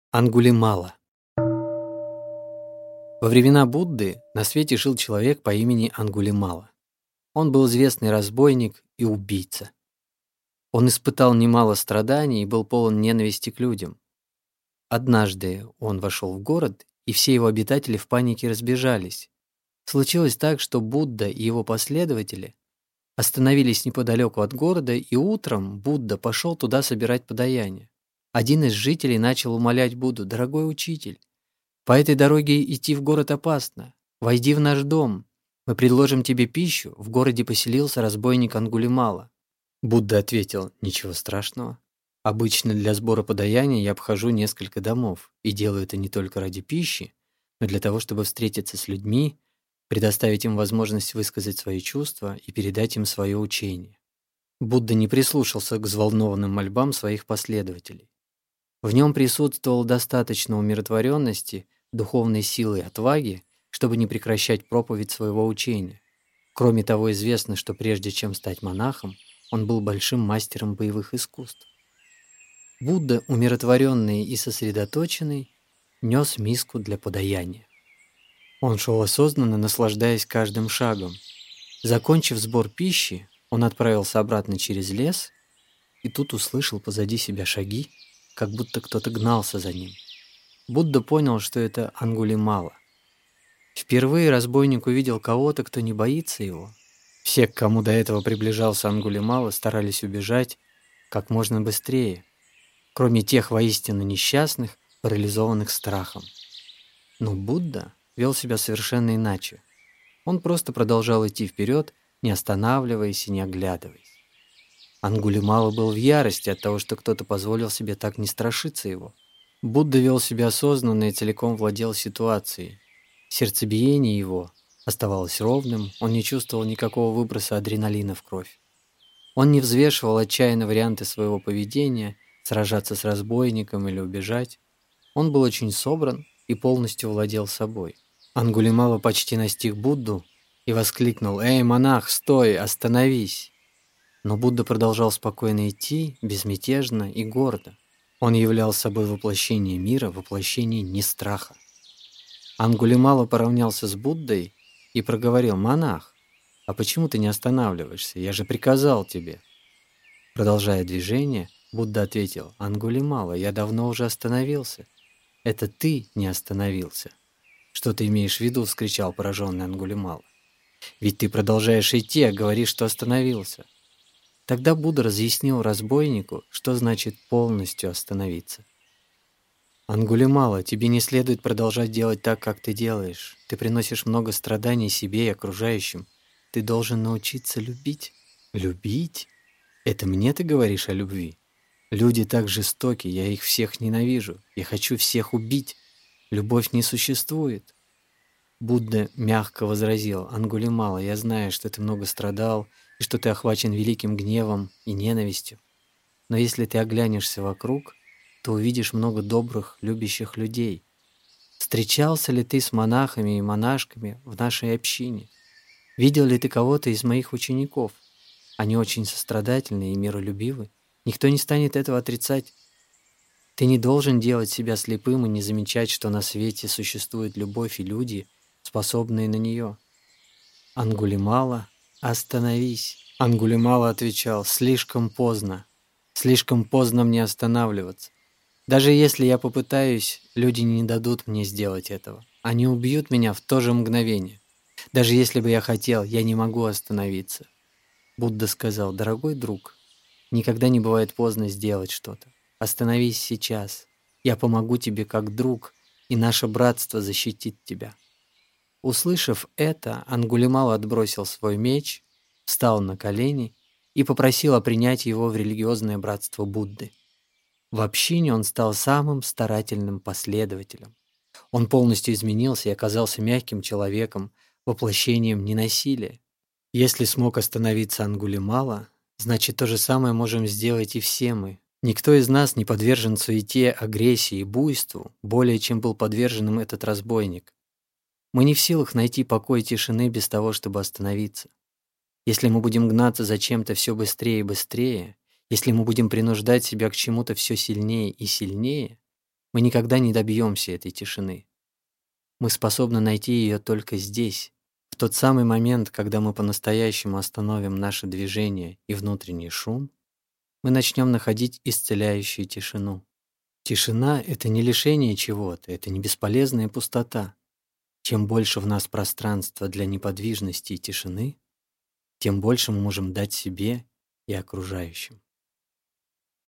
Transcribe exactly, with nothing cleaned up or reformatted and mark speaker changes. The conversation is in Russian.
Speaker 1: Ангулимала. Во времена Будды на свете жил человек по имени Ангулимала. Он был известный разбойник и убийца. Он испытал немало страданий и был полон ненависти к людям. Однажды он вошел в город, и все его обитатели в панике разбежались. Случилось так, что Будда и его последователи остановились неподалеку от города, и утром Будда пошел туда собирать подаяние. Один из жителей начал умолять Будду: «Дорогой учитель, по этой дороге идти в город опасно. Войди в наш дом. Мы предложим тебе пищу. В городе поселился разбойник Ангулимала». Будда ответил: «Ничего страшного. Обычно для сбора подаяния я обхожу несколько домов и делаю это не только ради пищи, но для того, чтобы встретиться с людьми, предоставить им возможность высказать свои чувства и передать им свое учение». Будда не прислушался к взволнованным мольбам своих последователей. В нем присутствовало достаточно умиротворенности, духовной силы и отваги, чтобы не прекращать проповедь своего учения. Кроме того, известно, что прежде чем стать монахом, он был большим мастером боевых искусств. Будда, умиротворенный и сосредоточенный, нес миску для подаяния. Он шел осознанно, наслаждаясь каждым шагом. Закончив сбор пищи, он отправился обратно через лес и тут услышал позади себя шаги, как будто кто-то гнался за ним. Будда понял, что это Ангулимала. Впервые разбойник увидел кого-то, кто не боится его. Все, к кому до этого приближался Ангулимала, старались убежать как можно быстрее, кроме тех воистину несчастных, парализованных страхом. Но Будда вел себя совершенно иначе. Он просто продолжал идти вперед, не останавливаясь и не оглядываясь. Ангулимала был в ярости от того, что кто-то позволил себе так не страшиться его. Будда вел себя осознанно и целиком владел ситуацией. Сердцебиение его оставалось ровным, он не чувствовал никакого выброса адреналина в кровь. Он не взвешивал отчаянно варианты своего поведения, сражаться с разбойником или убежать. Он был очень собран и полностью владел собой. Ангулимала почти настиг Будду и воскликнул: «Эй, монах, стой, остановись!» Но Будда продолжал спокойно идти, безмятежно и гордо. Он являл собой воплощение мира, воплощение нестраха. Ангулимала поравнялся с Буддой и проговорил: «Монах, а почему ты не останавливаешься? Я же приказал тебе». Продолжая движение, Будда ответил: «Ангулимала, я давно уже остановился. Это ты не остановился». «Что ты имеешь в виду?» — вскричал пораженный Ангулимала. «Ведь ты продолжаешь идти, а говоришь, что остановился». Тогда Будда разъяснил разбойнику, что значит полностью остановиться. «Ангулимала, тебе не следует продолжать делать так, как ты делаешь. Ты приносишь много страданий себе и окружающим. Ты должен научиться любить». «Любить? Это мне ты говоришь о любви? Люди так жестоки, я их всех ненавижу. Я хочу всех убить. Любовь не существует». Будда мягко возразил: «Ангулимала, я знаю, что ты много страдал и что ты охвачен великим гневом и ненавистью. Но если ты оглянешься вокруг, то увидишь много добрых, любящих людей. Встречался ли ты с монахами и монашками в нашей общине? Видел ли ты кого-то из моих учеников? Они очень сострадательны и миролюбивы. Никто не станет этого отрицать. Ты не должен делать себя слепым и не замечать, что на свете существует любовь и люди, способные на нее». «Ангулимала, остановись!» Ангулимала отвечал: «Слишком поздно. Слишком поздно мне останавливаться. Даже если я попытаюсь, люди не дадут мне сделать этого. Они убьют меня в то же мгновение. Даже если бы я хотел, я не могу остановиться». Будда сказал: «Дорогой друг, никогда не бывает поздно сделать что-то. Остановись сейчас. Я помогу тебе как друг, и наше братство защитит тебя». Услышав это, Ангулимала отбросил свой меч, встал на колени и попросил о принятии его в религиозное братство Будды. В общине он стал самым старательным последователем. Он полностью изменился и оказался мягким человеком, воплощением ненасилия. Если смог остановиться Ангулимала, значит, то же самое можем сделать и все мы. Никто из нас не подвержен суете, агрессии и буйству более, чем был подвержен им этот разбойник. Мы не в силах найти покой и тишины без того, чтобы остановиться. Если мы будем гнаться за чем-то все быстрее и быстрее, если мы будем принуждать себя к чему-то все сильнее и сильнее, Мы никогда не добьемся этой тишины. Мы способны найти ее только здесь, в тот самый момент, когда мы по-настоящему остановим наше движение и внутренний шум, мы начнем находить исцеляющую тишину. Тишина — это не лишение чего-то, это не бесполезная пустота. Чем больше в нас пространства для неподвижности и тишины, тем больше мы можем дать себе и окружающим.